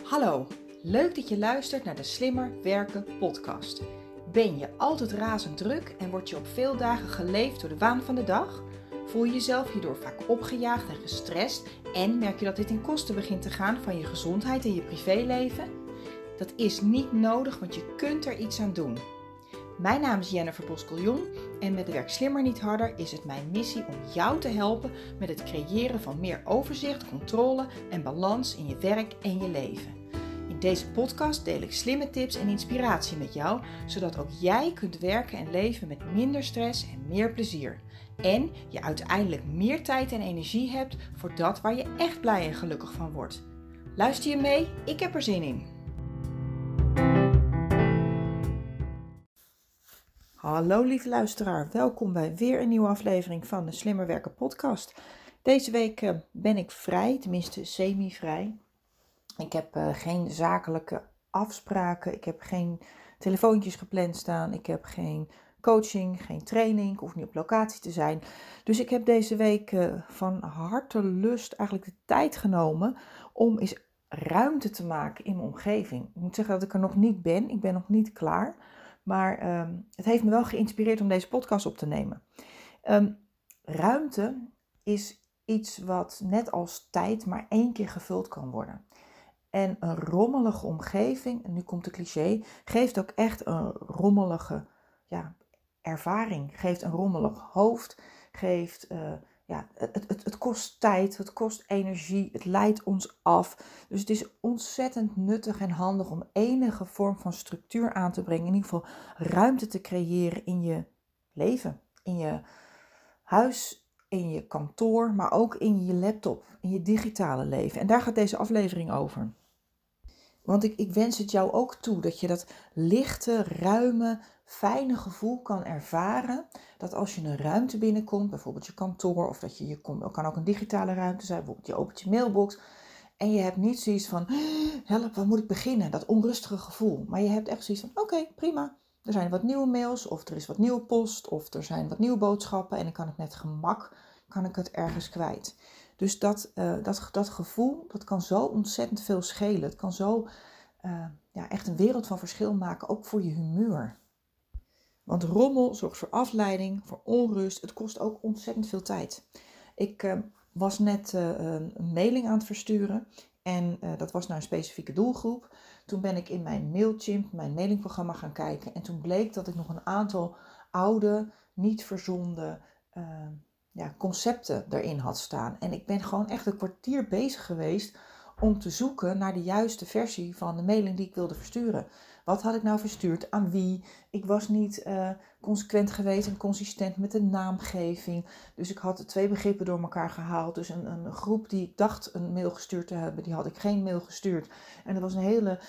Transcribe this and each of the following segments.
Hallo, leuk dat je luistert naar de Slimmer Werken podcast. Ben je altijd razend druk en word je op veel dagen geleefd door de waan van de dag? Voel je jezelf hierdoor vaak opgejaagd en gestrest en merk je dat dit ten koste begint te gaan van je gezondheid en je privéleven? Dat is niet nodig, want je kunt er iets aan doen. Mijn naam is Jennifer Boskeljon en met Werk Slimmer Niet Harder is het mijn missie om jou te helpen met het creëren van meer overzicht, controle en balans in je werk en je leven. In deze podcast deel ik slimme tips en inspiratie met jou, zodat ook jij kunt werken en leven met minder stress en meer plezier. En je uiteindelijk meer tijd en energie hebt voor dat waar je echt blij en gelukkig van wordt. Luister je mee? Ik heb er zin in. Hallo lieve luisteraar, welkom bij weer een nieuwe aflevering van de Slimmer Werken podcast. Deze week ben ik vrij, tenminste semi-vrij. Ik heb geen zakelijke afspraken, ik heb geen telefoontjes gepland staan, ik heb geen coaching, geen training, ik hoef niet op locatie te zijn. Dus ik heb deze week van hartelust eigenlijk de tijd genomen om eens ruimte te maken in mijn omgeving. Ik moet zeggen dat ik er nog niet ben, ik ben nog niet klaar. Maar het heeft me wel geïnspireerd om deze podcast op te nemen. Ruimte is iets wat net als tijd maar 1 keer gevuld kan worden. En een rommelige omgeving, en nu komt de cliché, geeft ook echt een rommelige ervaring. Geeft een rommelig hoofd, geeft... Het kost tijd, het kost energie, het leidt ons af. Dus het is ontzettend nuttig en handig om enige vorm van structuur aan te brengen. In ieder geval ruimte te creëren in je leven, in je huis, in je kantoor, maar ook in je laptop, in je digitale leven. En daar gaat deze aflevering over. Want ik wens het jou ook toe dat je dat lichte, ruime, fijne gevoel kan ervaren. Dat als je een ruimte binnenkomt, bijvoorbeeld je kantoor, of dat je kan ook een digitale ruimte zijn, bijvoorbeeld je opent je mailbox. En je hebt niet zoiets van, help, waar moet ik beginnen? Dat onrustige gevoel. Maar je hebt echt zoiets van, oké, prima. Er zijn wat nieuwe mails, of er is wat nieuwe post, of er zijn wat nieuwe boodschappen. En dan kan ik met gemak, het ergens kwijt. Dus dat gevoel, dat kan zo ontzettend veel schelen. Het kan zo echt een wereld van verschil maken, ook voor je humeur. Want rommel zorgt voor afleiding, voor onrust. Het kost ook ontzettend veel tijd. Ik was net een mailing aan het versturen. En dat was naar een specifieke doelgroep. Toen ben ik in mijn Mailchimp, mijn mailingprogramma gaan kijken. En toen bleek dat ik nog een aantal oude, niet verzonden concepten erin had staan. En ik ben gewoon echt een kwartier bezig geweest om te zoeken naar de juiste versie van de mailing die ik wilde versturen. Wat had ik nou verstuurd? Aan wie? Ik was niet consequent geweest en consistent met de naamgeving. Dus ik had 2 begrippen door elkaar gehaald. Dus een groep die ik dacht een mail gestuurd te hebben, die had ik geen mail gestuurd. En dat was een hele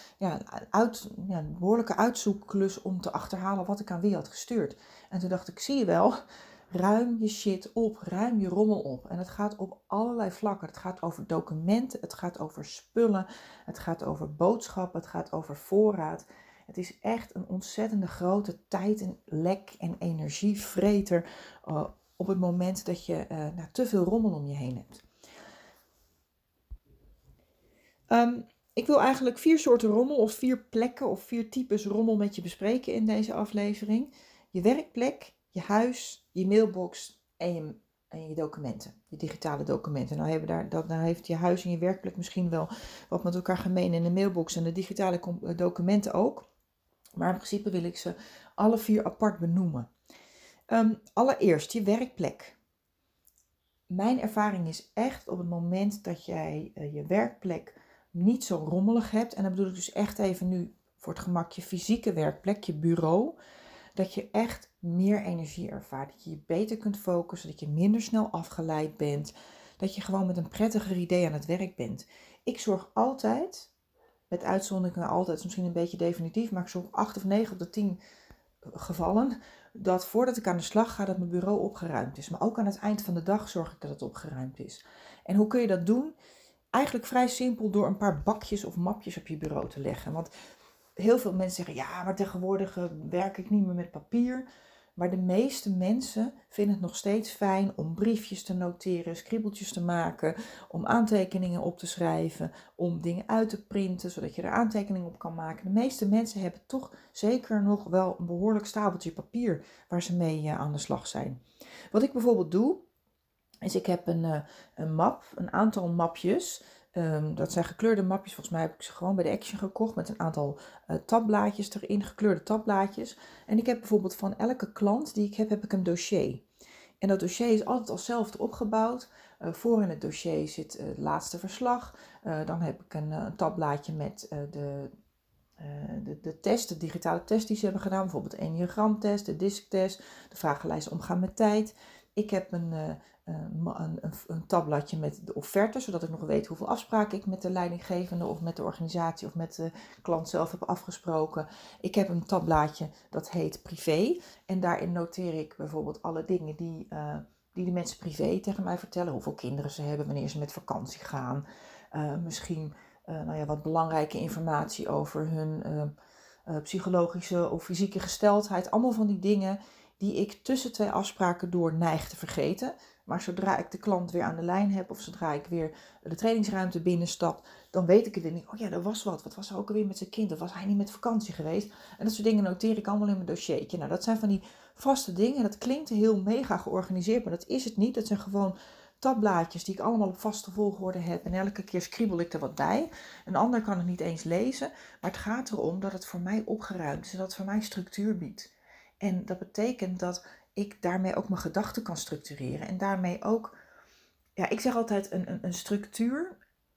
behoorlijke uitzoekklus om te achterhalen wat ik aan wie had gestuurd. En toen dacht ik, zie je wel, ruim je shit op, ruim je rommel op. En het gaat op allerlei vlakken. Het gaat over documenten, het gaat over spullen, het gaat over boodschappen, het gaat over voorraad. Het is echt een ontzettende grote tijd en lek en energievreter op het moment dat je te veel rommel om je heen hebt. Ik wil eigenlijk 4 soorten rommel of 4 plekken of 4 types rommel met je bespreken in deze aflevering. Je werkplek, je huis, je mailbox en je documenten, je digitale documenten. Nou heeft je huis en je werkplek misschien wel wat met elkaar gemeen in de mailbox en de digitale documenten ook. Maar in principe wil ik ze alle 4 apart benoemen. Allereerst je werkplek. Mijn ervaring is echt op het moment dat jij je werkplek niet zo rommelig hebt. En dan bedoel ik dus echt even nu voor het gemak je fysieke werkplek, je bureau. Dat je echt meer energie ervaart. Dat je je beter kunt focussen. Dat je minder snel afgeleid bent. Dat je gewoon met een prettiger idee aan het werk bent. Ik zorg altijd, met uitzondering altijd, is misschien een beetje definitief, maar ik zorg 8 of 9 op de 10 gevallen, dat voordat ik aan de slag ga, dat mijn bureau opgeruimd is. Maar ook aan het eind van de dag zorg ik dat het opgeruimd is. En hoe kun je dat doen? Eigenlijk vrij simpel door een paar bakjes of mapjes op je bureau te leggen. Want heel veel mensen zeggen, ja, maar tegenwoordig werk ik niet meer met papier. Maar de meeste mensen vinden het nog steeds fijn om briefjes te noteren, skribbeltjes te maken, om aantekeningen op te schrijven, om dingen uit te printen, zodat je er aantekeningen op kan maken. De meeste mensen hebben toch zeker nog wel een behoorlijk stapeltje papier waar ze mee aan de slag zijn. Wat ik bijvoorbeeld doe, is ik heb een map, een aantal mapjes. Dat zijn gekleurde mapjes. Volgens mij heb ik ze gewoon bij de Action gekocht met een aantal tabblaadjes erin, gekleurde tabblaadjes. En ik heb bijvoorbeeld van elke klant die ik heb ik een dossier. En dat dossier is altijd als hetzelfde opgebouwd. Voor in het dossier zit het laatste verslag. Dan heb ik een tabblaadje met de test, de digitale test die ze hebben gedaan. Bijvoorbeeld de Enneagramtest, de DISC-test, de vragenlijst omgaan met tijd. Ik heb een tabbladje met de offerte, zodat ik nog weet hoeveel afspraken ik met de leidinggevende of met de organisatie of met de klant zelf heb afgesproken. Ik heb een tabbladje dat heet privé en daarin noteer ik bijvoorbeeld alle dingen die de mensen privé tegen mij vertellen. Hoeveel kinderen ze hebben, wanneer ze met vakantie gaan. Misschien wat belangrijke informatie over hun psychologische of fysieke gesteldheid. Allemaal van die dingen die ik tussen 2 afspraken door neig te vergeten. Maar zodra ik de klant weer aan de lijn heb of zodra ik weer de trainingsruimte binnenstap, dan weet ik het en denk, oh ja, er was wat. Wat was er ook alweer met zijn kind? Of was hij niet met vakantie geweest? En dat soort dingen noteer ik allemaal in mijn dossiertje. Nou, dat zijn van die vaste dingen. Dat klinkt heel mega georganiseerd, maar dat is het niet. Dat zijn gewoon tabblaadjes die ik allemaal op vaste volgorde heb. En elke keer skriebel ik er wat bij. Een ander kan het niet eens lezen. Maar het gaat erom dat het voor mij opgeruimd is en dat het voor mij structuur biedt. En dat betekent dat ik daarmee ook mijn gedachten kan structureren. En daarmee ook, ja, ik zeg altijd, een structuur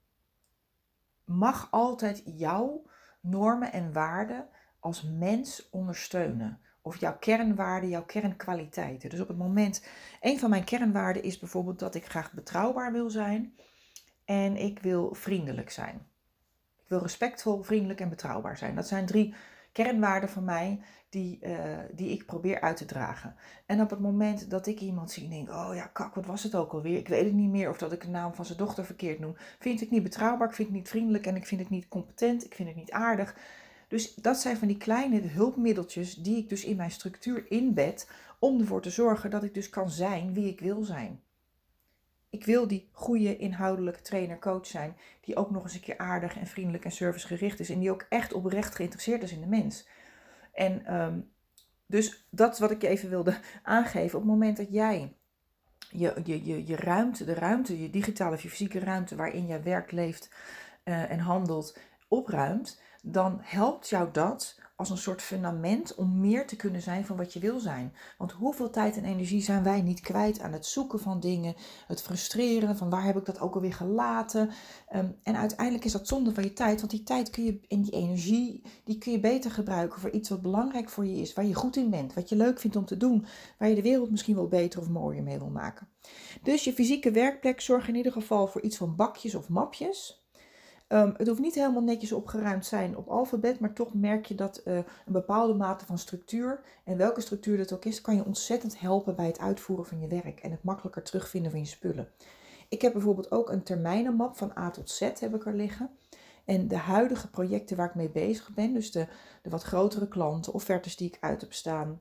mag altijd jouw normen en waarden als mens ondersteunen. Of jouw kernwaarden, jouw kernkwaliteiten. Dus op het moment, een van mijn kernwaarden is bijvoorbeeld dat ik graag betrouwbaar wil zijn. En ik wil vriendelijk zijn. Ik wil respectvol, vriendelijk en betrouwbaar zijn. Dat zijn 3 kernwaarden van mij die ik probeer uit te dragen. En op het moment dat ik iemand zie en denk, oh ja, kak, wat was het ook alweer? Ik weet het niet meer, of dat ik de naam van zijn dochter verkeerd noem. Vind ik niet betrouwbaar, ik vind het niet vriendelijk en ik vind het niet competent, ik vind het niet aardig. Dus dat zijn van die kleine hulpmiddeltjes die ik dus in mijn structuur inbed om ervoor te zorgen dat ik dus kan zijn wie ik wil zijn. Ik wil die goede inhoudelijke trainer-coach zijn, die ook nog eens een keer aardig en vriendelijk en servicegericht is en die ook echt oprecht geïnteresseerd is in de mens. En dus dat is wat ik je even wilde aangeven. Op het moment dat jij je ruimte, je digitale of je fysieke ruimte waarin jij werkt, leeft en handelt, opruimt, dan helpt jou dat als een soort fundament om meer te kunnen zijn van wat je wil zijn. Want hoeveel tijd en energie zijn wij niet kwijt aan het zoeken van dingen, het frustreren van waar heb ik dat ook alweer gelaten. En uiteindelijk is dat zonde van je tijd, want die tijd kun je en die energie, die kun je beter gebruiken voor iets wat belangrijk voor je is, waar je goed in bent, wat je leuk vindt om te doen, waar je de wereld misschien wel beter of mooier mee wil maken. Dus je fysieke werkplek, zorg in ieder geval voor iets van bakjes of mapjes. Het hoeft niet helemaal netjes opgeruimd zijn op alfabet, maar toch merk je dat een bepaalde mate van structuur, en welke structuur dat ook is, kan je ontzettend helpen bij het uitvoeren van je werk en het makkelijker terugvinden van je spullen. Ik heb bijvoorbeeld ook een termijnenmap van A tot Z heb ik er liggen. En de huidige projecten waar ik mee bezig ben, dus de wat grotere klanten, offertes die ik uit heb staan,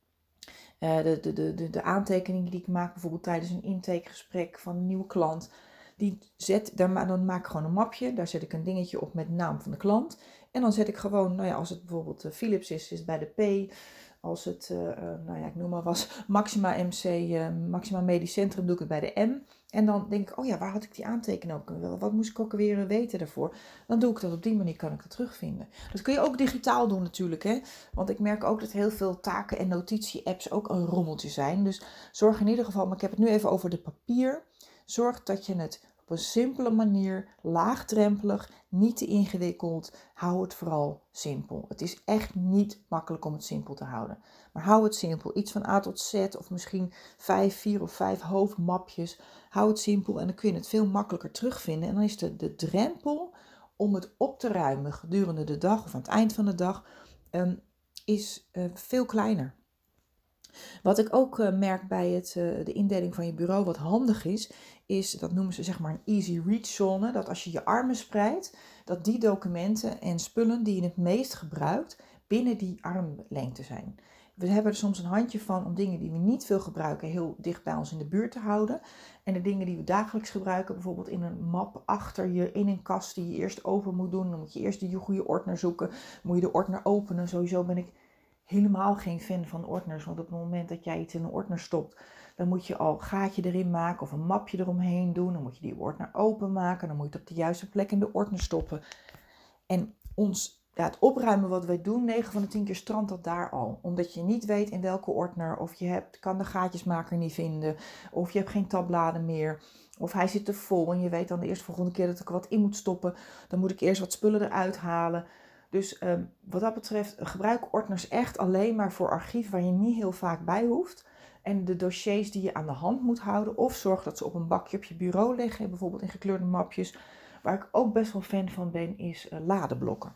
de aantekeningen die ik maak bijvoorbeeld tijdens een intakegesprek van een nieuwe klant, dan maak ik gewoon een mapje. Daar zet ik een dingetje op met de naam van de klant. En dan zet ik gewoon, als het bijvoorbeeld Philips is het bij de P. Als het, ik noem maar wat, Maxima MC, Maxima Medisch Centrum, doe ik het bij de M. En dan denk ik, oh ja, waar had ik die aantekening ook? Wat moest ik ook weer weten daarvoor? Dan doe ik dat op die manier, kan ik het terugvinden. Dat kun je ook digitaal doen natuurlijk, hè. Want ik merk ook dat heel veel taken- en notitie-apps ook een rommeltje zijn. Dus zorg in ieder geval, maar ik heb het nu even over de papier. Zorg dat je het op een simpele manier, laagdrempelig, niet te ingewikkeld, hou het vooral simpel. Het is echt niet makkelijk om het simpel te houden. Maar hou het simpel. Iets van A tot Z of misschien 4 of 5 hoofdmapjes. Hou het simpel en dan kun je het veel makkelijker terugvinden. En dan is de drempel om het op te ruimen gedurende de dag of aan het eind van de dag is veel kleiner. Wat ik ook merk bij de indeling van je bureau wat handig is, dat noemen ze zeg maar een easy reach zone. Dat als je je armen spreidt, dat die documenten en spullen die je het meest gebruikt binnen die armlengte zijn. We hebben er soms een handje van om dingen die we niet veel gebruiken heel dicht bij ons in de buurt te houden. En de dingen die we dagelijks gebruiken, bijvoorbeeld in een map achter je, in een kast die je eerst open moet doen. Dan moet je eerst de goede ordner zoeken, moet je de ordner openen. Sowieso ben ik helemaal geen fan van ordners, want op het moment dat jij iets in een ordner stopt, dan moet je al een gaatje erin maken of een mapje eromheen doen. Dan moet je die ordner openmaken, dan moet je het op de juiste plek in de ordner stoppen. En het opruimen wat wij doen, 9 van de 10 keer strandt dat daar al. Omdat je niet weet in welke ordner, of je kan de gaatjesmaker niet vinden, of je hebt geen tabbladen meer, of hij zit te vol en je weet dan de eerstvolgende keer dat ik er wat in moet stoppen. Dan moet ik eerst wat spullen eruit halen. Dus wat dat betreft, gebruik ordners echt alleen maar voor archief waar je niet heel vaak bij hoeft. En de dossiers die je aan de hand moet houden, of zorg dat ze op een bakje op je bureau liggen, bijvoorbeeld in gekleurde mapjes. Waar ik ook best wel fan van ben, is ladeblokken.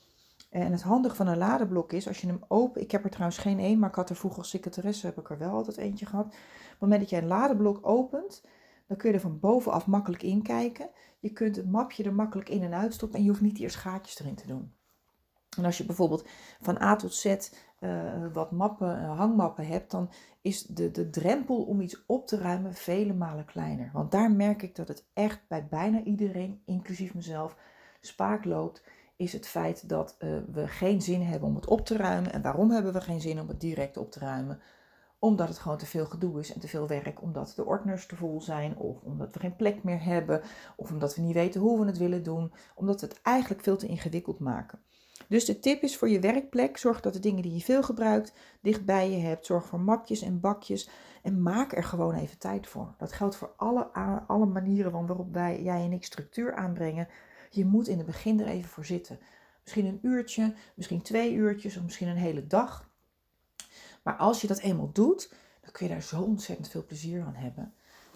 En het handige van een ladeblok is, als je hem open... Ik heb er trouwens geen één, maar ik had er vroeger als secretaresse heb ik er wel altijd eentje gehad. Op het moment dat jij een ladeblok opent, dan kun je er van bovenaf makkelijk in kijken. Je kunt het mapje er makkelijk in en uit stoppen en je hoeft niet eerst gaatjes erin te doen. En als je bijvoorbeeld van A tot Z wat mappen, hangmappen hebt, dan is de drempel om iets op te ruimen vele malen kleiner. Want daar merk ik dat het echt bij bijna iedereen, inclusief mezelf, spaak loopt, is het feit dat we geen zin hebben om het op te ruimen. En waarom hebben we geen zin om het direct op te ruimen? Omdat het gewoon te veel gedoe is en te veel werk, omdat de ordners te vol zijn, of omdat we geen plek meer hebben, of omdat we niet weten hoe we het willen doen, omdat we het eigenlijk veel te ingewikkeld maken. Dus de tip is voor je werkplek, zorg dat de dingen die je veel gebruikt dicht bij je hebt. Zorg voor mapjes en bakjes en maak er gewoon even tijd voor. Dat geldt voor alle manieren waarop jij en ik structuur aanbrengen. Je moet in het begin er even voor zitten. Misschien een uurtje, misschien 2 uurtjes of misschien een hele dag. Maar als je dat eenmaal doet, dan kun je daar zo ontzettend veel plezier aan hebben.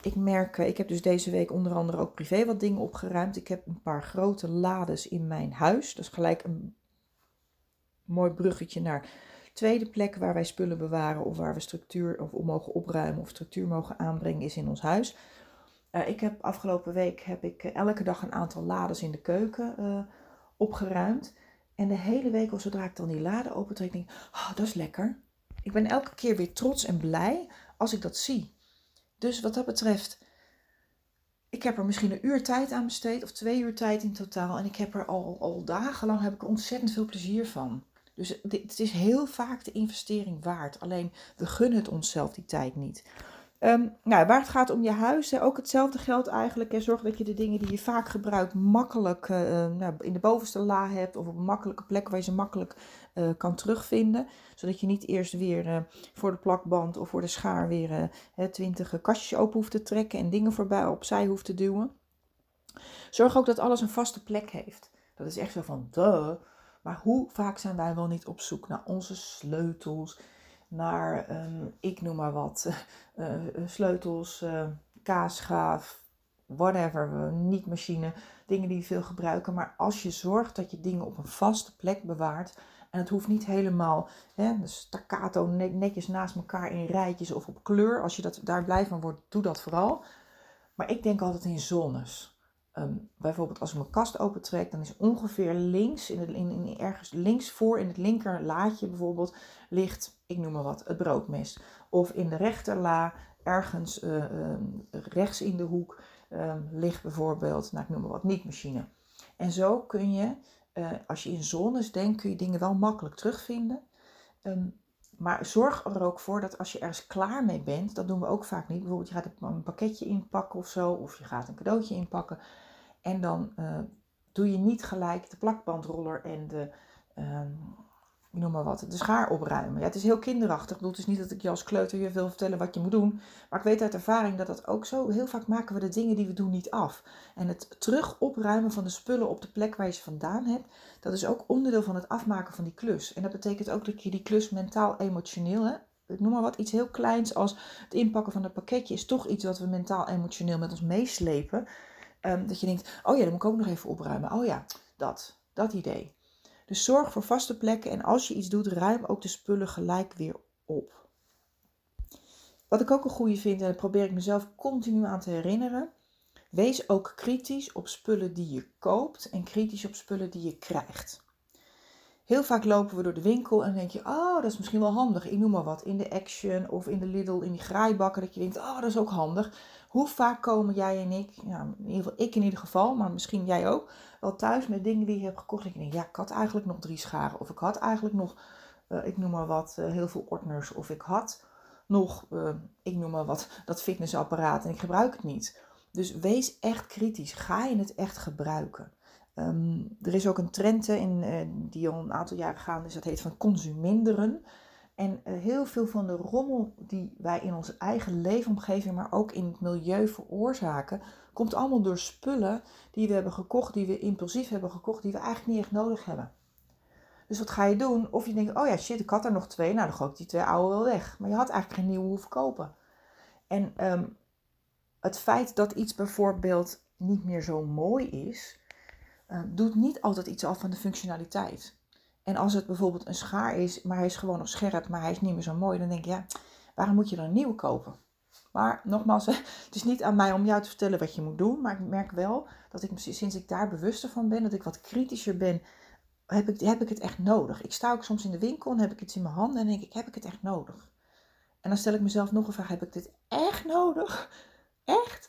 Ik heb dus deze week onder andere ook privé wat dingen opgeruimd. Ik heb een paar grote lades in mijn huis. Dat is gelijk een mooi bruggetje naar tweede plek waar wij spullen bewaren of waar we structuur of mogen opruimen of structuur mogen aanbrengen is in ons huis. Afgelopen week heb ik elke dag een aantal lades in de keuken opgeruimd. En de hele week, al zodra ik dan die lade opentrek, denk ik, oh, dat is lekker. Ik ben elke keer weer trots en blij als ik dat zie. Dus wat dat betreft, ik heb er misschien 1 uur tijd aan besteed of 2 uur tijd in totaal. En ik heb er al dagenlang heb ik er ontzettend veel plezier van. Dus het is heel vaak de investering waard. Alleen we gunnen het onszelf die tijd niet. Waar het gaat om je huis, ook hetzelfde geldt eigenlijk. Zorg dat je de dingen die je vaak gebruikt makkelijk in de bovenste la hebt. Of op een makkelijke plek waar je ze makkelijk kan terugvinden. Zodat je niet eerst weer voor de plakband of voor de schaar weer 20 kastjes open hoeft te trekken. En dingen voorbij opzij hoeft te duwen. Zorg ook dat alles een vaste plek heeft. Dat is echt zo van, duh. Maar hoe vaak zijn wij wel niet op zoek naar onze sleutels, naar, ik noem maar wat, sleutels, kaasschaaf, whatever, niet-machine, dingen die je veel gebruiken. Maar als je zorgt dat je dingen op een vaste plek bewaart, en het hoeft niet helemaal staccato netjes naast elkaar in rijtjes of op kleur. Als je daar blij van wordt, doe dat vooral. Maar ik denk altijd in zones. Bijvoorbeeld als ik mijn kast opentrek, dan is ongeveer links, ergens links voor in het linker laadje bijvoorbeeld, ligt, ik noem maar wat, het broodmes. Of in de rechterla, ergens rechts in de hoek, ligt bijvoorbeeld, ik noem maar wat, niet-machine. En zo kun je, als je in zones denkt, kun je dingen wel makkelijk terugvinden. Maar zorg er ook voor dat als je ergens klaar mee bent, dat doen we ook vaak niet. Bijvoorbeeld je gaat een pakketje inpakken of zo, of je gaat een cadeautje inpakken. En dan doe je niet gelijk de plakbandroller en de schaar opruimen. Ja, het is heel kinderachtig. Ik bedoel, het is niet dat ik je als kleuter je wil vertellen wat je moet doen. Maar ik weet uit ervaring dat dat ook zo, heel vaak maken we de dingen die we doen niet af. En het terug opruimen van de spullen op de plek waar je ze vandaan hebt, dat is ook onderdeel van het afmaken van die klus. En dat betekent ook dat je die klus mentaal, emotioneel, ik noem maar wat, iets heel kleins als het inpakken van een pakketje is toch iets wat we mentaal, emotioneel met ons meeslepen. Dat je denkt, oh ja, dan moet ik ook nog even opruimen. Oh ja, dat idee. Dus zorg voor vaste plekken en als je iets doet, ruim ook de spullen gelijk weer op. Wat ik ook een goede vind, en dat probeer ik mezelf continu aan te herinneren. Wees ook kritisch op spullen die je koopt en kritisch op spullen die je krijgt. Heel vaak lopen we door de winkel en dan denk je, oh, dat is misschien wel handig. Ik noem maar wat, in de Action of in de Lidl, in die graaibakken. Dat je denkt, oh, dat is ook handig. Hoe vaak komen jij en ik, ja, in ieder geval ik in ieder geval, maar misschien jij ook, wel thuis met dingen die je hebt gekocht. En je denkt, ja, ik had eigenlijk nog 3 scharen. Of ik had eigenlijk nog, ik noem maar wat, heel veel ordners. Of ik had nog, ik noem maar wat, dat fitnessapparaat en ik gebruik het niet. Dus wees echt kritisch. Ga je het echt gebruiken? Er is ook een trend die al een aantal jaren gaande is, dat heet van consuminderen. En heel veel van de rommel die wij in onze eigen leefomgeving, maar ook in het milieu veroorzaken, komt allemaal door spullen die we hebben gekocht, die we impulsief hebben gekocht, die we eigenlijk niet echt nodig hebben. Dus wat ga je doen? Of je denkt, oh ja shit, ik had er nog 2, nou dan gooi ik die 2 oude wel weg. Maar je had eigenlijk geen nieuwe hoeven kopen. En het feit dat iets bijvoorbeeld niet meer zo mooi is, doet niet altijd iets af van de functionaliteit. En als het bijvoorbeeld een schaar is, maar hij is gewoon nog scherp, maar hij is niet meer zo mooi, dan denk je, ja, waarom moet je dan een nieuwe kopen? Maar nogmaals, het is niet aan mij om jou te vertellen wat je moet doen, maar ik merk wel dat ik sinds ik daar bewuster van ben, dat ik wat kritischer ben, heb ik het echt nodig? Ik sta ook soms in de winkel en heb ik iets in mijn handen en denk ik, heb ik het echt nodig? En dan stel ik mezelf nog een vraag, heb ik dit echt nodig? Echt?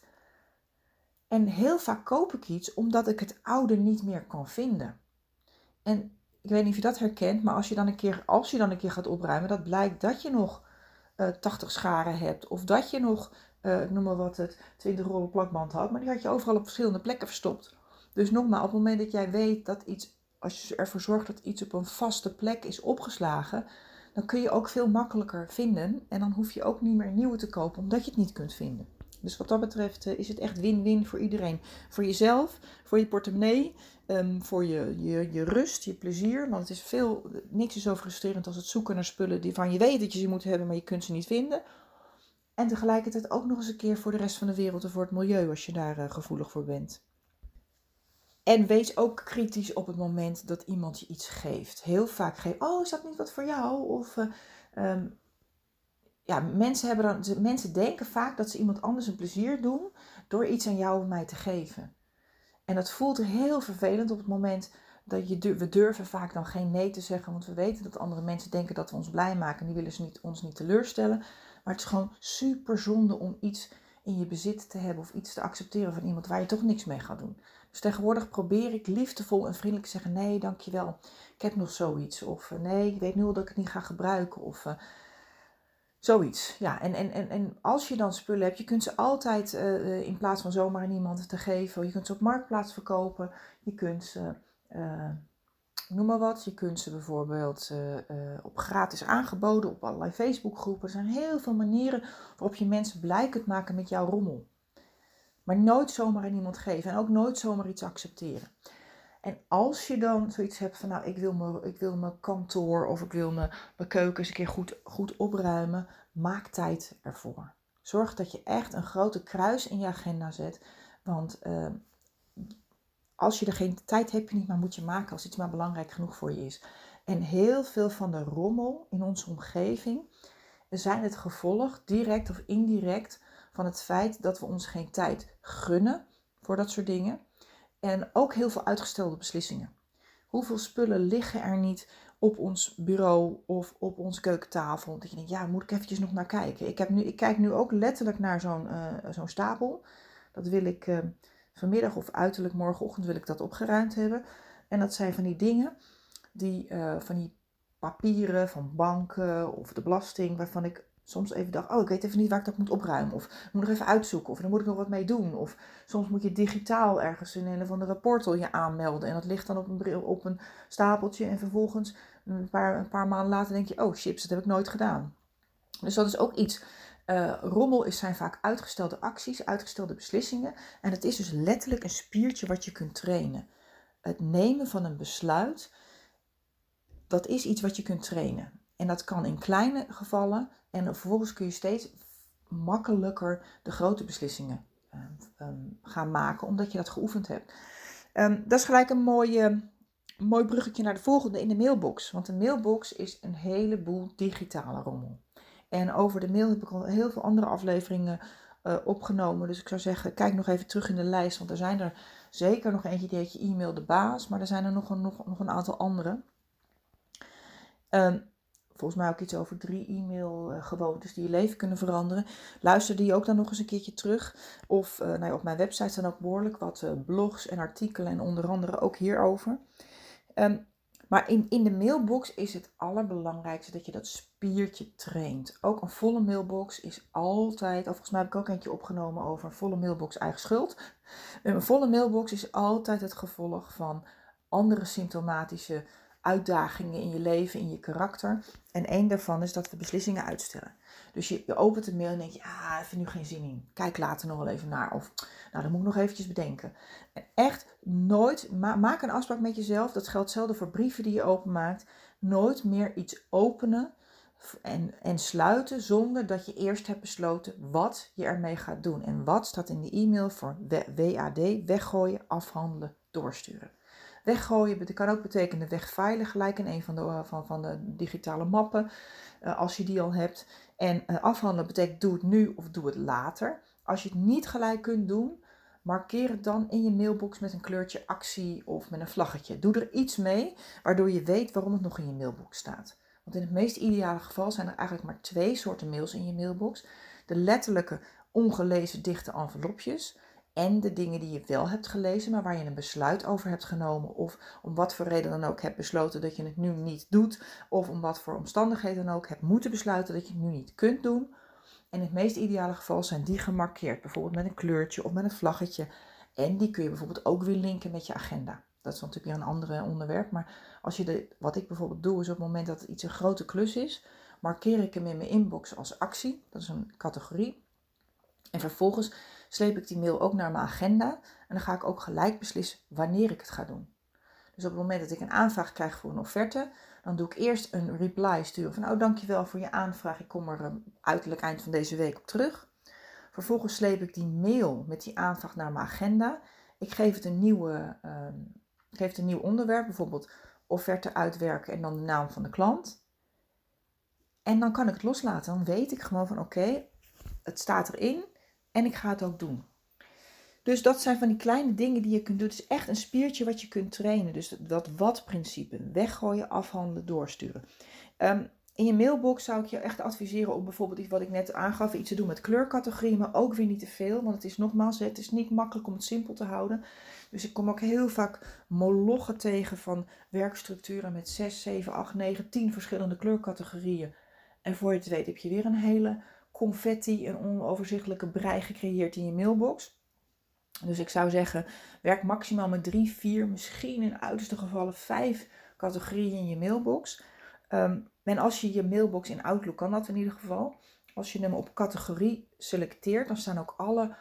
En heel vaak koop ik iets omdat ik het oude niet meer kan vinden. En ik weet niet of je dat herkent, maar als je dan een keer gaat opruimen, dat blijkt dat je nog 80 scharen hebt. Of dat je nog, ik noem maar wat, 20 rollen plakband had. Maar die had je overal op verschillende plekken verstopt. Dus nogmaals, op het moment dat jij weet dat iets, als je ervoor zorgt dat iets op een vaste plek is opgeslagen, dan kun je ook veel makkelijker vinden. En dan hoef je ook niet meer een nieuwe te kopen, omdat je het niet kunt vinden. Dus wat dat betreft is het echt win-win voor iedereen. Voor jezelf, voor je portemonnee, voor je rust, je plezier. Want het is niks is zo frustrerend als het zoeken naar spullen waarvan je weet dat je ze moet hebben, maar je kunt ze niet vinden. En tegelijkertijd ook nog eens een keer voor de rest van de wereld en voor het milieu, als je daar gevoelig voor bent. En wees ook kritisch op het moment dat iemand je iets geeft. Heel vaak oh, is dat niet wat voor jou? Of ja, mensen denken vaak dat ze iemand anders een plezier doen door iets aan jou of mij te geven. En dat voelt heel vervelend op het moment dat we durven vaak dan geen nee te zeggen. Want we weten dat andere mensen denken dat we ons blij maken. En die willen ons niet teleurstellen. Maar het is gewoon super zonde om iets in je bezit te hebben. Of iets te accepteren van iemand waar je toch niks mee gaat doen. Dus tegenwoordig probeer ik liefdevol en vriendelijk te zeggen. Nee, dankjewel. Ik heb nog zoiets. Of nee, ik weet nu al dat ik het niet ga gebruiken. Of zoiets. Ja, en als je dan spullen hebt, je kunt ze altijd in plaats van zomaar aan iemand te geven. Je kunt ze op Marktplaats verkopen. Je kunt ze, noem maar wat. Je kunt ze bijvoorbeeld op gratis aangeboden op allerlei Facebookgroepen. Er zijn heel veel manieren waarop je mensen blij kunt maken met jouw rommel. Maar nooit zomaar aan iemand geven en ook nooit zomaar iets accepteren. En als je dan zoiets hebt van, nou, ik wil mijn kantoor of ik wil mijn keuken eens een keer goed opruimen, maak tijd ervoor. Zorg dat je echt een grote kruis in je agenda zet, want als je er geen tijd hebt, je niet, maar moet je maken als iets maar belangrijk genoeg voor je is. En heel veel van de rommel in onze omgeving zijn het gevolg, direct of indirect, van het feit dat we ons geen tijd gunnen voor dat soort dingen. En ook heel veel uitgestelde beslissingen. Hoeveel spullen liggen er niet op ons bureau of op onze keukentafel? Dat je denkt, ja, moet ik eventjes nog naar kijken. Ik kijk nu ook letterlijk naar zo'n stapel. Dat wil ik vanmiddag of uiterlijk morgenochtend wil ik dat opgeruimd hebben. En dat zijn van die dingen, van die papieren van banken of de belasting, waarvan ik soms even dacht, oh, ik weet even niet waar ik dat moet opruimen. Of ik moet nog even uitzoeken. Of daar moet ik nog wat mee doen. Of soms moet je digitaal ergens in een of andere portal je aanmelden. En dat ligt dan op een stapeltje. En vervolgens een paar maanden later denk je, oh chips, dat heb ik nooit gedaan. Dus dat is ook iets. Rommel zijn vaak uitgestelde acties, uitgestelde beslissingen. En het is dus letterlijk een spiertje wat je kunt trainen. Het nemen van een besluit, dat is iets wat je kunt trainen. En dat kan in kleine gevallen. En vervolgens kun je steeds makkelijker de grote beslissingen gaan maken, omdat je dat geoefend hebt. Dat is gelijk een mooi bruggetje naar de volgende in de mailbox. Want de mailbox is een heleboel digitale rommel. En over de mail heb ik al heel veel andere afleveringen opgenomen. Dus ik zou zeggen, kijk nog even terug in de lijst. Want er zijn er zeker nog eentje die heet je e-mail de baas. Maar er zijn er nog een aantal andere. Volgens mij ook iets over 3 e-mailgewoontes die je leven kunnen veranderen. Luister die ook dan nog eens een keertje terug. Of op mijn website staan ook behoorlijk wat blogs en artikelen en onder andere ook hierover. Maar in de mailbox is het allerbelangrijkste dat je dat spiertje traint. Ook een volle mailbox is altijd, volgens mij heb ik ook eentje opgenomen over een volle mailbox eigen schuld. Een volle mailbox is altijd het gevolg van andere symptomatische uitdagingen in je leven, in je karakter. En één daarvan is dat we beslissingen uitstellen. Dus je opent de mail en denk je, ik heb er nu geen zin in. Kijk later nog wel even naar. Of, dat moet ik nog eventjes bedenken. En echt nooit, maak een afspraak met jezelf. Dat geldt hetzelfde voor brieven die je openmaakt. Nooit meer iets openen en sluiten zonder dat je eerst hebt besloten wat je ermee gaat doen. En wat staat in de e-mail voor WAD, weggooien, afhandelen, doorsturen. Weggooien kan ook betekenen wegveilen, gelijk in een van de digitale mappen, als je die al hebt. En afhandelen betekent doe het nu of doe het later. Als je het niet gelijk kunt doen, markeer het dan in je mailbox met een kleurtje actie of met een vlaggetje. Doe er iets mee, waardoor je weet waarom het nog in je mailbox staat. Want in het meest ideale geval zijn er eigenlijk maar 2 soorten mails in je mailbox. De letterlijke ongelezen dichte envelopjes en de dingen die je wel hebt gelezen, maar waar je een besluit over hebt genomen of om wat voor reden dan ook hebt besloten dat je het nu niet doet of om wat voor omstandigheden dan ook hebt moeten besluiten dat je het nu niet kunt doen. En in het meest ideale geval zijn die gemarkeerd, bijvoorbeeld met een kleurtje of met een vlaggetje. En die kun je bijvoorbeeld ook weer linken met je agenda. Dat is natuurlijk weer een ander onderwerp, maar wat ik bijvoorbeeld doe is op het moment dat het iets een grote klus is, markeer ik hem in mijn inbox als actie. Dat is een categorie. En vervolgens sleep ik die mail ook naar mijn agenda en dan ga ik ook gelijk beslissen wanneer ik het ga doen. Dus op het moment dat ik een aanvraag krijg voor een offerte, dan doe ik eerst een reply sturen van dankjewel voor je aanvraag, ik kom er uiterlijk eind van deze week op terug. Vervolgens sleep ik die mail met die aanvraag naar mijn agenda. Ik geef het een nieuw onderwerp, bijvoorbeeld offerte uitwerken en dan de naam van de klant. En dan kan ik het loslaten. Dan weet ik gewoon van oké, het staat erin en ik ga het ook doen. Dus dat zijn van die kleine dingen die je kunt doen. Het is echt een spiertje wat je kunt trainen. Dus dat wat-principe. Weggooien, afhandelen, doorsturen. In je mailbox zou ik je echt adviseren om bijvoorbeeld iets wat ik net aangaf, iets te doen met kleurcategorieën, maar ook weer niet te veel. Want het is nogmaals, het is niet makkelijk om het simpel te houden. Dus ik kom ook heel vaak molochen tegen van werkstructuren met 6, 7, 8, 9, 10 verschillende kleurcategorieën. En voor je het weet heb je weer een hele confetti, een onoverzichtelijke brei gecreëerd in je mailbox. Dus ik zou zeggen, werk maximaal met 3, 4, misschien in uiterste gevallen 5 categorieën in je mailbox. En als je je mailbox in Outlook kan dat in ieder geval. Als je hem op categorie selecteert, dan staan ook alle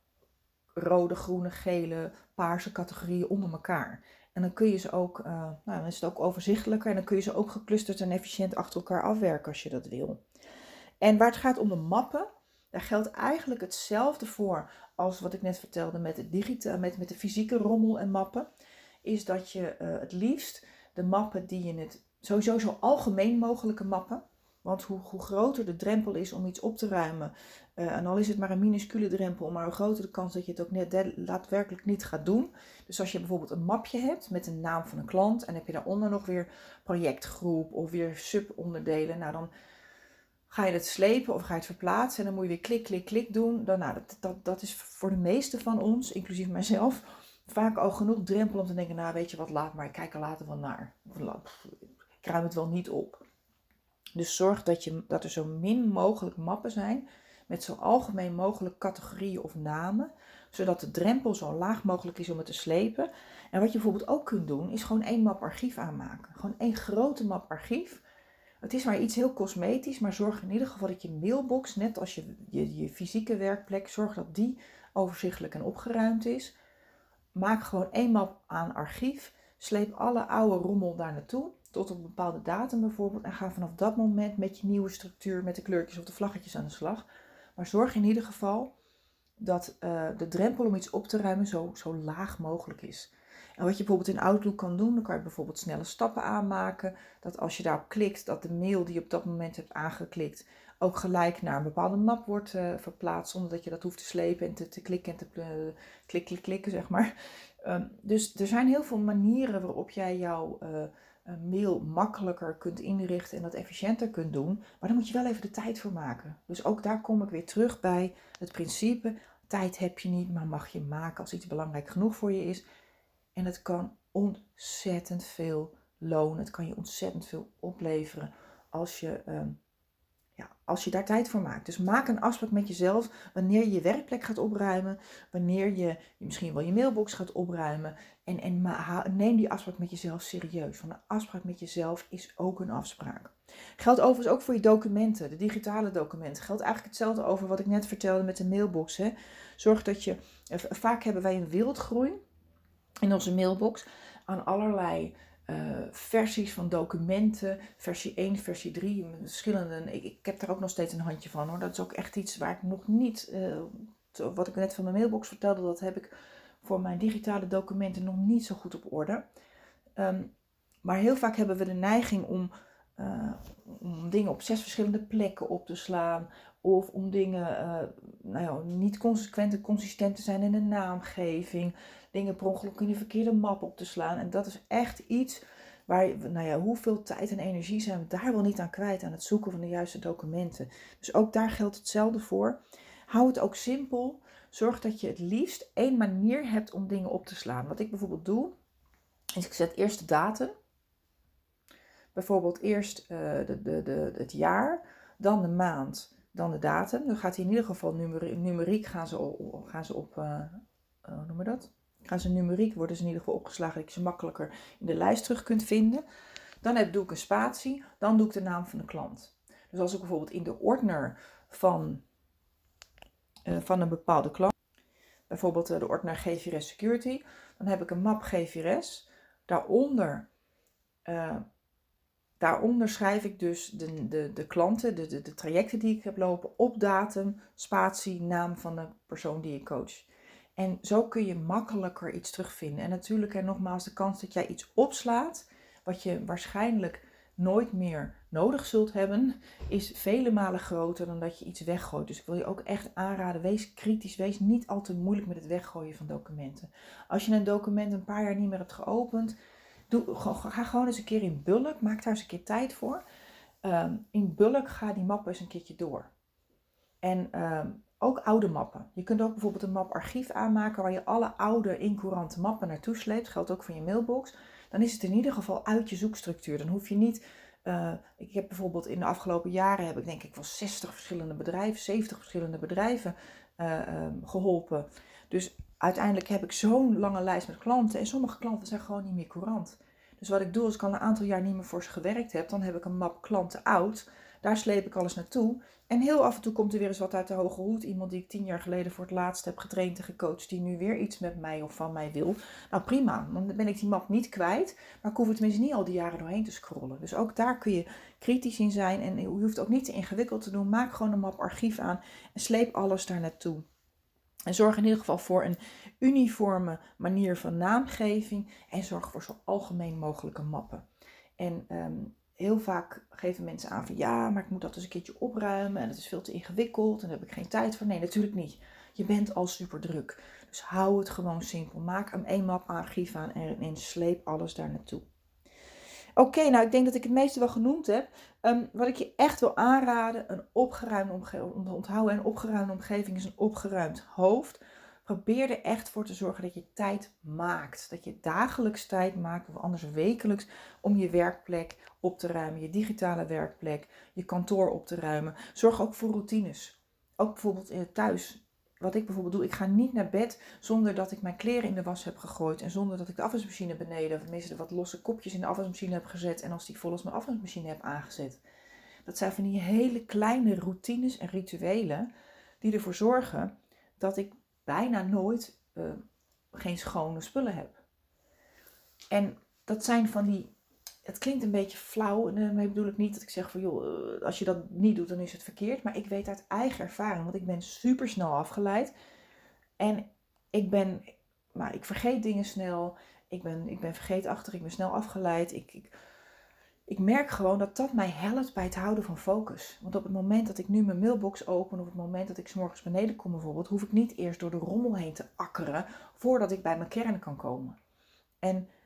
rode, groene, gele, paarse categorieën onder elkaar. En dan kun je ze ook, dan is het ook overzichtelijker en dan kun je ze ook geclusterd en efficiënt achter elkaar afwerken als je dat wil. En waar het gaat om de mappen, daar geldt eigenlijk hetzelfde voor als wat ik net vertelde met de fysieke rommel en mappen. Is dat je het liefst de mappen die je sowieso zo algemeen mogelijke mappen. Want hoe groter de drempel is om iets op te ruimen, en al is het maar een minuscule drempel, maar hoe groter de kans dat je het ook net daadwerkelijk niet gaat doen. Dus als je bijvoorbeeld een mapje hebt met een naam van een klant en heb je daaronder nog weer projectgroep of weer subonderdelen, nou dan ga je het slepen of ga je het verplaatsen en dan moet je weer klik, klik, klik doen. Dat is voor de meeste van ons, inclusief mijzelf, vaak al genoeg drempel om te denken, weet je wat, laat maar, ik kijk er later wel naar. Ik ruim het wel niet op. Dus zorg dat er zo min mogelijk mappen zijn met zo algemeen mogelijk categorieën of namen, zodat de drempel zo laag mogelijk is om het te slepen. En wat je bijvoorbeeld ook kunt doen, is gewoon 1 map archief aanmaken. Gewoon 1 grote map archief. Het is maar iets heel cosmetisch, maar zorg in ieder geval dat je mailbox, net als je fysieke werkplek, zorg dat die overzichtelijk en opgeruimd is. Maak gewoon 1 map aan archief. Sleep alle oude rommel daar naartoe, tot op een bepaalde datum bijvoorbeeld. En ga vanaf dat moment met je nieuwe structuur, met de kleurtjes of de vlaggetjes aan de slag. Maar zorg in ieder geval dat de drempel om iets op te ruimen zo laag mogelijk is. En wat je bijvoorbeeld in Outlook kan doen, dan kan je bijvoorbeeld snelle stappen aanmaken. Dat als je daarop klikt, dat de mail die je op dat moment hebt aangeklikt ook gelijk naar een bepaalde map wordt verplaatst, zonder dat je dat hoeft te slepen en te klikken en te klikken, zeg maar. Dus er zijn heel veel manieren waarop jij jouw een mail makkelijker kunt inrichten en dat efficiënter kunt doen. Maar dan moet je wel even de tijd voor maken. Dus ook daar kom ik weer terug bij het principe. Tijd heb je niet, maar mag je maken als iets belangrijk genoeg voor je is. En het kan ontzettend veel lonen. Het kan je ontzettend veel opleveren als je daar tijd voor maakt. Dus maak een afspraak met jezelf wanneer je je werkplek gaat opruimen. Wanneer je misschien wel je mailbox gaat opruimen. En neem die afspraak met jezelf serieus. Want een afspraak met jezelf is ook een afspraak. Geldt overigens ook voor je documenten, de digitale documenten. Geldt eigenlijk hetzelfde over wat ik net vertelde met de mailbox. Hè. Zorg dat je, vaak hebben wij een wildgroei in onze mailbox aan allerlei versies van documenten, versie 1, versie 3, verschillende. Ik heb daar ook nog steeds een handje van hoor. Dat is ook echt iets waar ik nog niet, wat ik net van mijn mailbox vertelde, dat heb ik voor mijn digitale documenten nog niet zo goed op orde. Maar heel vaak hebben we de neiging om dingen op 6 verschillende plekken op te slaan. Of om dingen niet consequent en consistent te zijn in de naamgeving. Dingen per ongeluk in de verkeerde map op te slaan. En dat is echt iets waar, hoeveel tijd en energie zijn we daar wel niet aan kwijt aan het zoeken van de juiste documenten. Dus ook daar geldt hetzelfde voor. Hou het ook simpel. Zorg dat je het liefst 1 manier hebt om dingen op te slaan. Wat ik bijvoorbeeld doe, is ik zet eerst de datum. Bijvoorbeeld eerst het jaar, dan de maand, dan de datum. Dan gaat hij in ieder geval numeriek gaan ze op hoe noemen we dat? Numeriek worden ze in ieder geval opgeslagen, dat je ze makkelijker in de lijst terug kunt vinden. Dan doe ik een spatie, dan doe ik de naam van de klant. Dus als ik bijvoorbeeld in de ordner van een bepaalde klant, bijvoorbeeld de ordner GVRS Security, dan heb ik een map GVRS. Daaronder schrijf ik dus de klanten, de trajecten die ik heb lopen op datum, spatie, naam van de persoon die ik coach. En zo kun je makkelijker iets terugvinden. En natuurlijk, nogmaals, de kans dat jij iets opslaat, wat je waarschijnlijk nooit meer nodig zult hebben, is vele malen groter dan dat je iets weggooit. Dus ik wil je ook echt aanraden, wees kritisch, wees niet al te moeilijk met het weggooien van documenten. Als je een document een paar jaar niet meer hebt geopend, ga gewoon eens een keer in bulk, maak daar eens een keer tijd voor. In bulk ga die map eens een keertje door. En ook oude mappen. Je kunt ook bijvoorbeeld een map archief aanmaken waar je alle oude incourante mappen naartoe sleept. Geldt ook voor je mailbox. Dan is het in ieder geval uit je zoekstructuur. Dan hoef je niet... ik heb bijvoorbeeld in de afgelopen jaren heb ik denk ik wel 60 verschillende bedrijven, 70 verschillende bedrijven geholpen. Dus uiteindelijk heb ik zo'n lange lijst met klanten. En sommige klanten zijn gewoon niet meer courant. Dus wat ik doe, als ik al een aantal jaar niet meer voor ze gewerkt heb, dan heb ik een map klanten oud. Daar sleep ik alles naartoe. En heel af en toe komt er weer eens wat uit de hoge hoed. Iemand die ik 10 jaar geleden voor het laatst heb getraind en gecoacht, die nu weer iets met mij of van mij wil. Nou prima, dan ben ik die map niet kwijt. Maar ik hoef er tenminste niet al die jaren doorheen te scrollen. Dus ook daar kun je kritisch in zijn. En je hoeft ook niet te ingewikkeld te doen. Maak gewoon een map archief aan en sleep alles daar naartoe. En zorg in ieder geval voor een uniforme manier van naamgeving. En zorg voor zo algemeen mogelijke mappen. En heel vaak geven mensen aan van ja, maar ik moet dat dus een keertje opruimen. En het is veel te ingewikkeld en daar heb ik geen tijd voor. Nee, natuurlijk niet. Je bent al super druk. Dus hou het gewoon simpel. Maak een 1 map archief aan en sleep alles daar naartoe. Oké, nou ik denk dat ik het meeste wel genoemd heb. Wat ik je echt wil aanraden, een opgeruimde omgeving. Onthouden, een opgeruimde omgeving is een opgeruimd hoofd. Probeer er echt voor te zorgen dat je tijd maakt. Dat je dagelijks tijd maakt, of anders wekelijks, om je werkplek op te ruimen. Je digitale werkplek, je kantoor op te ruimen. Zorg ook voor routines. Ook bijvoorbeeld thuis. Wat ik bijvoorbeeld doe, ik ga niet naar bed zonder dat ik mijn kleren in de was heb gegooid. En zonder dat ik de afwasmachine beneden, of tenminste wat losse kopjes in de afwasmachine heb gezet. En als die vol is, mijn afwasmachine heb aangezet. Dat zijn van die hele kleine routines en rituelen die ervoor zorgen dat ik bijna nooit geen schone spullen heb. En dat zijn van die... Het klinkt een beetje flauw en daarmee bedoel ik niet dat ik zeg van joh, als je dat niet doet dan is het verkeerd. Maar ik weet uit eigen ervaring, want ik ben super snel afgeleid. En ik vergeet dingen snel. Ik ben vergeetachtig, ik ben snel afgeleid. Ik merk gewoon dat dat mij helpt bij het houden van focus. Want op het moment dat ik nu mijn mailbox open, of op het moment dat ik 's morgens beneden kom bijvoorbeeld, hoef ik niet eerst door de rommel heen te akkeren voordat ik bij mijn kern kan komen. En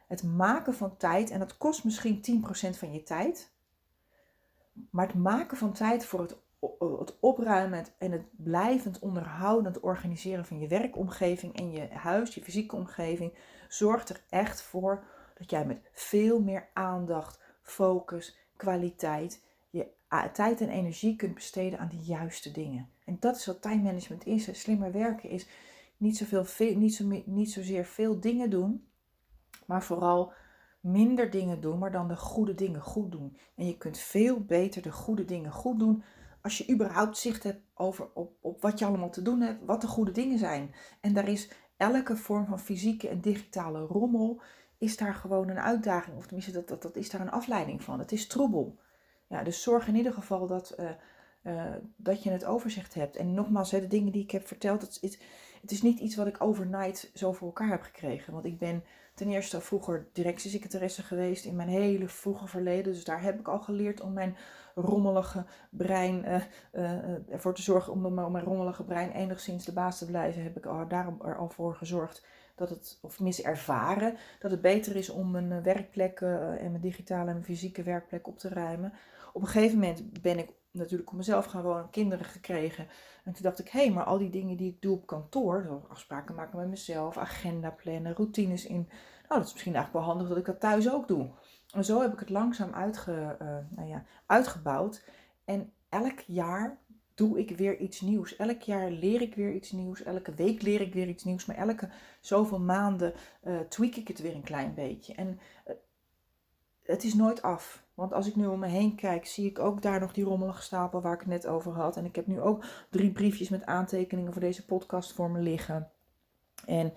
Het maken van tijd, en dat kost misschien 10% van je tijd. Maar het maken van tijd voor het opruimen en het blijvend onderhoudend organiseren van je werkomgeving en je huis, je fysieke omgeving, zorgt er echt voor dat jij met veel meer aandacht, focus, kwaliteit, je tijd en energie kunt besteden aan de juiste dingen. En dat is wat time management is. Slimmer werken is niet zozeer veel dingen doen, maar vooral minder dingen doen, maar dan de goede dingen goed doen. En je kunt veel beter de goede dingen goed doen als je überhaupt zicht hebt op wat je allemaal te doen hebt, wat de goede dingen zijn. En daar is elke vorm van fysieke en digitale rommel, is daar gewoon een uitdaging. Of tenminste, dat is daar een afleiding van. Het is troebel. Ja, dus zorg in ieder geval dat je het overzicht hebt. En nogmaals, de dingen die ik heb verteld, het is niet iets wat ik overnight zo voor elkaar heb gekregen. Want ik ben ten eerste vroeger directiesecretaresse geweest in mijn hele vroege verleden. Dus daar heb ik al geleerd om mijn rommelige brein ervoor te zorgen. Om mijn rommelige brein enigszins de baas te blijven, heb ik daarom er al voor gezorgd dat het, of tenminste ervaren, dat het beter is om mijn werkplek en mijn digitale en mijn fysieke werkplek op te ruimen. Op een gegeven moment ben ik natuurlijk op mezelf gaan wonen, kinderen gekregen. En toen dacht ik, hé, maar al die dingen die ik doe op kantoor, zoals afspraken maken met mezelf, agenda plannen, routines in, nou, dat is misschien eigenlijk wel handig dat ik dat thuis ook doe. En zo heb ik het langzaam uitgebouwd. En elk jaar doe ik weer iets nieuws. Elk jaar leer ik weer iets nieuws. Elke week leer ik weer iets nieuws. Maar elke zoveel maanden tweak ik het weer een klein beetje. En het is nooit af. Want als ik nu om me heen kijk, zie ik ook daar nog die rommelige stapel waar ik het net over had. En ik heb nu ook 3 briefjes met aantekeningen voor deze podcast voor me liggen. En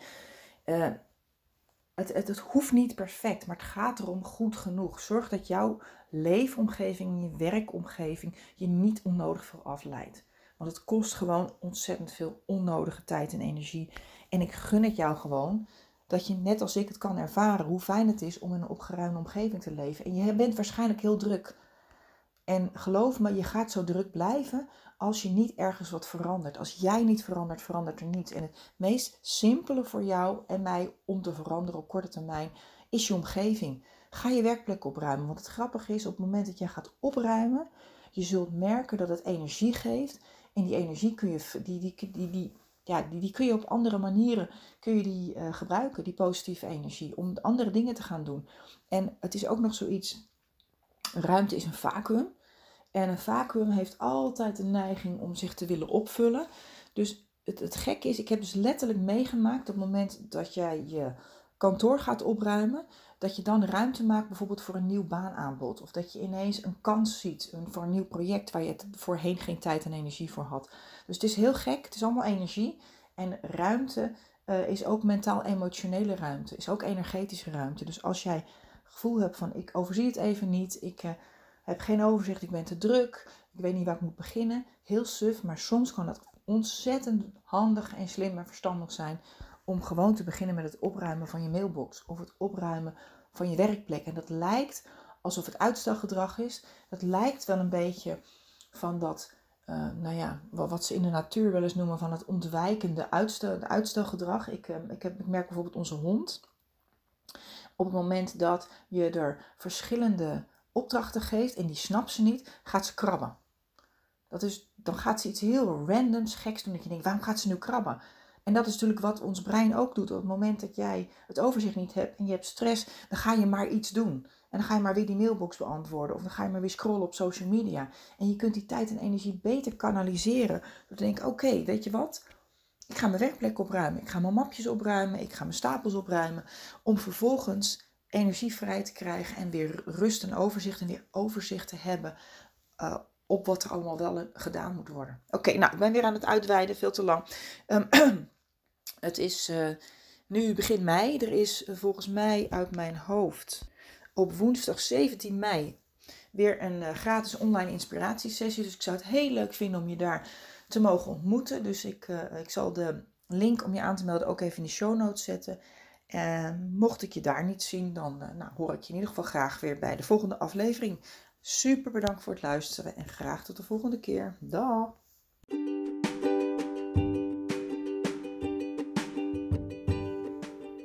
het hoeft niet perfect, maar het gaat erom goed genoeg. Zorg dat jouw leefomgeving, je werkomgeving je niet onnodig veel afleidt. Want het kost gewoon ontzettend veel onnodige tijd en energie. En ik gun het jou gewoon dat je net als ik het kan ervaren hoe fijn het is om in een opgeruimde omgeving te leven. En je bent waarschijnlijk heel druk. En geloof me, je gaat zo druk blijven als je niet ergens wat verandert. Als jij niet verandert, verandert er niets. En het meest simpele voor jou en mij om te veranderen op korte termijn is je omgeving. Ga je werkplek opruimen. Want het grappige is, op het moment dat jij gaat opruimen, je zult merken dat het energie geeft. En die energie kun je, die kun je op andere manieren gebruiken, die positieve energie, om andere dingen te gaan doen. En het is ook nog zoiets, ruimte is een vacuüm. En een vacuüm heeft altijd de neiging om zich te willen opvullen. Dus het gekke is, ik heb dus letterlijk meegemaakt op het moment dat jij je kantoor gaat opruimen, dat je dan ruimte maakt bijvoorbeeld voor een nieuw baanaanbod. Of dat je ineens een kans ziet voor een nieuw project waar je voorheen geen tijd en energie voor had. Dus het is heel gek, het is allemaal energie. En ruimte is ook mentaal-emotionele ruimte, is ook energetische ruimte. Dus als jij het gevoel hebt van ik overzie het even niet, ik heb geen overzicht, ik ben te druk, ik weet niet waar ik moet beginnen. Heel suf, maar soms kan dat ontzettend handig en slim en verstandig zijn om gewoon te beginnen met het opruimen van je mailbox of het opruimen van je werkplek. En dat lijkt alsof het uitstelgedrag is. Dat lijkt wel een beetje van dat, wat ze in de natuur wel eens noemen van het ontwijkende uitstelgedrag. Ik merk bijvoorbeeld onze hond. Op het moment dat je er verschillende opdrachten geeft en die snapt ze niet, gaat ze krabben. Dan gaat ze iets heel randoms, geks doen dat je denkt, waarom gaat ze nu krabben? En dat is natuurlijk wat ons brein ook doet. Op het moment dat jij het overzicht niet hebt en je hebt stress, dan ga je maar iets doen. En dan ga je maar weer die mailbox beantwoorden of dan ga je maar weer scrollen op social media. En je kunt die tijd en energie beter kanaliseren door te denken, oké, weet je wat? Ik ga mijn werkplek opruimen, ik ga mijn mapjes opruimen, ik ga mijn stapels opruimen. Om vervolgens energie vrij te krijgen en weer rust en weer overzicht te hebben op wat er allemaal wel gedaan moet worden. Oké, nou, ik ben weer aan het uitweiden, veel te lang. Het is nu begin mei. Er is volgens mij uit mijn hoofd op woensdag 17 mei weer een gratis online inspiratiesessie. Dus ik zou het heel leuk vinden om je daar te mogen ontmoeten. Dus ik zal de link om je aan te melden ook even in de show notes zetten. Mocht ik je daar niet zien, dan hoor ik je in ieder geval graag weer bij de volgende aflevering. Super bedankt voor het luisteren en graag tot de volgende keer. Dag!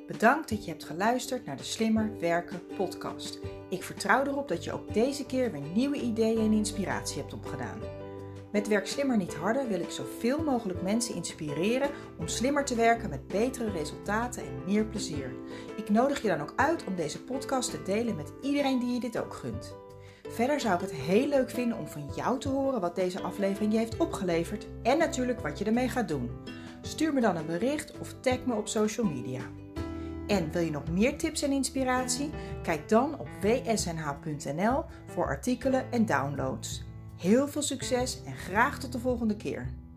Bedankt dat je hebt geluisterd naar de Slimmer Werken podcast. Ik vertrouw erop dat je ook deze keer weer nieuwe ideeën en inspiratie hebt opgedaan. Met Werk Slimmer Niet Harder wil ik zoveel mogelijk mensen inspireren om slimmer te werken met betere resultaten en meer plezier. Ik nodig je dan ook uit om deze podcast te delen met iedereen die je dit ook gunt. Verder zou ik het heel leuk vinden om van jou te horen wat deze aflevering je heeft opgeleverd en natuurlijk wat je ermee gaat doen. Stuur me dan een bericht of tag me op social media. En wil je nog meer tips en inspiratie? Kijk dan op wsnh.nl voor artikelen en downloads. Heel veel succes en graag tot de volgende keer.